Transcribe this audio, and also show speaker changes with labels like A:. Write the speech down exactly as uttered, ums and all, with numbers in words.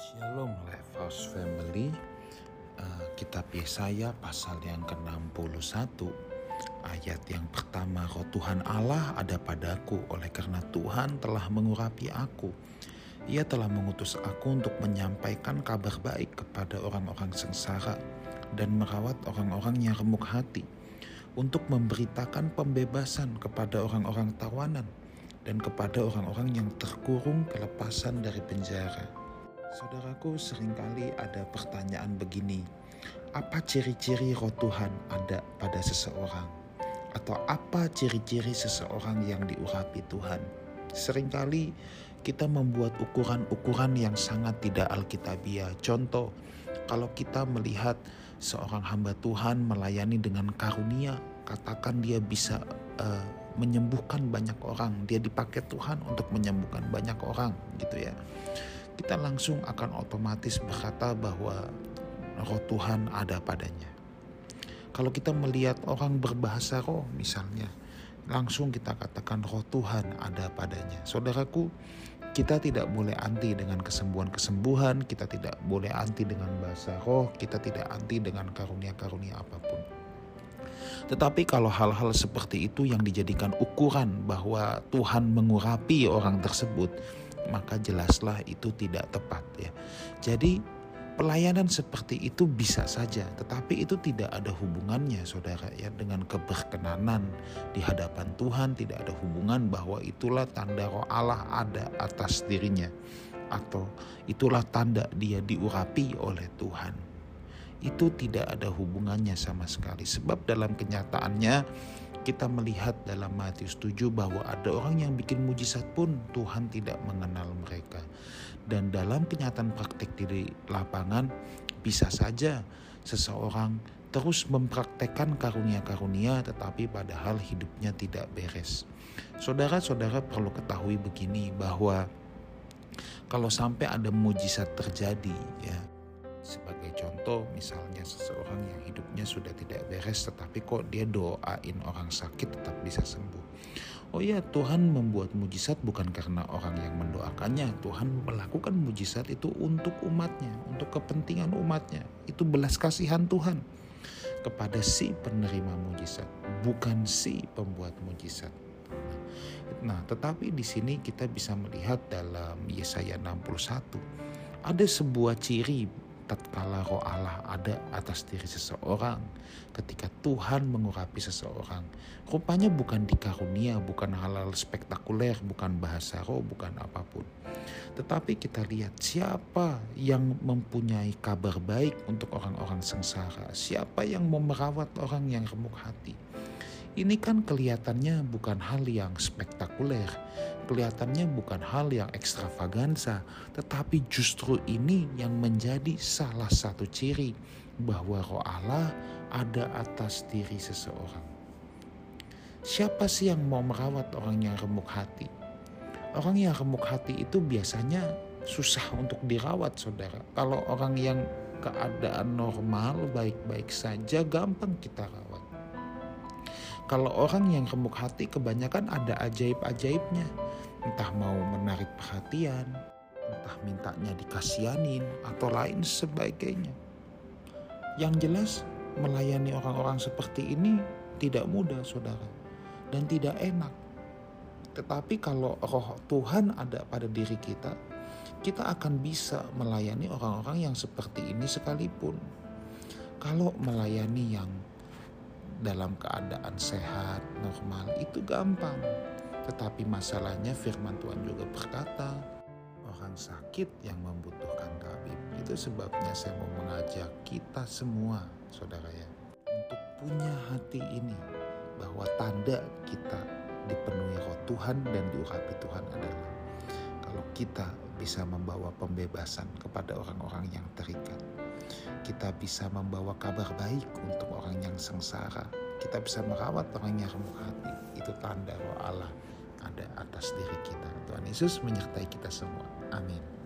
A: Shalom Lifehouse Family. uh, Kitab Yesaya pasal yang ke enam puluh satu, ayat yang pertama, Roh Tuhan Allah ada padaku, oleh karena Tuhan telah mengurapi aku. Ia telah mengutus aku untuk menyampaikan kabar baik kepada orang-orang sengsara dan merawat orang-orang yang remuk hati, untuk memberitakan pembebasan kepada orang-orang tawanan dan kepada orang-orang yang terkurung kelepasan dari penjara. Saudaraku, seringkali ada pertanyaan begini, apa ciri-ciri Roh Tuhan ada pada seseorang? Atau apa ciri-ciri seseorang yang diurapi Tuhan? Seringkali kita membuat ukuran-ukuran yang sangat tidak alkitabiah. Contoh, kalau kita melihat seorang hamba Tuhan melayani dengan karunia, katakan dia bisa uh, menyembuhkan banyak orang, dia dipakai Tuhan untuk menyembuhkan banyak orang, gitu ya. Kita langsung akan otomatis berkata bahwa Roh Tuhan ada padanya. Kalau kita melihat orang berbahasa roh misalnya, langsung kita katakan Roh Tuhan ada padanya. Saudaraku, kita tidak boleh anti dengan kesembuhan-kesembuhan, kita tidak boleh anti dengan bahasa roh, kita tidak anti dengan karunia-karunia apapun. Tetapi kalau hal-hal seperti itu yang dijadikan ukuran bahwa Tuhan mengurapi orang tersebut, maka jelaslah itu tidak tepat ya. Jadi pelayanan seperti itu bisa saja, tetapi itu tidak ada hubungannya saudara ya dengan keberkenanan di hadapan Tuhan. Tidak ada hubungan bahwa itulah tanda Roh Allah ada atas dirinya, atau itulah tanda dia diurapi oleh Tuhan. Itu tidak ada hubungannya sama sekali. Sebab dalam kenyataannya kita melihat dalam Matius tujuh bahwa ada orang yang bikin mujizat pun Tuhan tidak mengenal mereka. Dan dalam kenyataan praktik di lapangan, bisa saja seseorang terus mempraktekkan karunia-karunia tetapi padahal hidupnya tidak beres. Saudara-saudara perlu ketahui begini, bahwa kalau sampai ada mujizat terjadi ya, sebagai contoh misalnya seseorang yang hidupnya sudah tidak beres tetapi kok dia doain orang sakit tetap bisa sembuh. Oh ya, Tuhan membuat mujizat bukan karena orang yang mendoakannya. Tuhan melakukan mujizat itu untuk umatnya, untuk kepentingan umatnya. Itu belas kasihan Tuhan kepada si penerima mujizat, bukan si pembuat mujizat. Nah, tetapi di sini kita bisa melihat dalam Yesaya enam puluh satu ada sebuah ciri tatkala Roh Allah ada atas diri seseorang, ketika Tuhan mengurapi seseorang. Rupanya bukan di karunia, bukan hal-hal spektakuler, bukan bahasa roh, bukan apapun. Tetapi kita lihat siapa yang mempunyai kabar baik untuk orang-orang sengsara, siapa yang mau merawat orang yang remuk hati. Ini kan kelihatannya bukan hal yang spektakuler, kelihatannya bukan hal yang ekstravaganza, tetapi justru ini yang menjadi salah satu ciri bahwa Roh Allah ada atas diri seseorang. Siapa sih yang mau merawat orang yang remuk hati? Orang yang remuk hati itu biasanya susah untuk dirawat, saudara. Kalau orang yang keadaan normal, baik-baik saja, gampang kita rawat. Kalau orang yang remuk hati kebanyakan ada ajaib-ajaibnya. Entah mau menarik perhatian, entah mintanya dikasihanin, atau lain sebagainya. Yang jelas melayani orang-orang seperti ini tidak mudah saudara, dan tidak enak. Tetapi kalau Roh Tuhan ada pada diri kita, kita akan bisa melayani orang-orang yang seperti ini sekalipun. Kalau melayani yang dalam keadaan sehat, normal, itu gampang. Tetapi masalahnya firman Tuhan juga berkata, orang sakit yang membutuhkan tabib. Itu sebabnya saya mau mengajak kita semua, saudara ya, untuk punya hati ini, bahwa tanda kita dipenuhi Roh Tuhan dan diurapi Tuhan adalah kalau kita bisa membawa pembebasan kepada orang-orang yang terikat. Kita bisa membawa kabar baik untuk orang yang sengsara. Kita bisa merawat orang yang remuk hati. Itu tanda Roh Allah ada atas diri kita. Tuhan Yesus menyertai kita semua. Amin.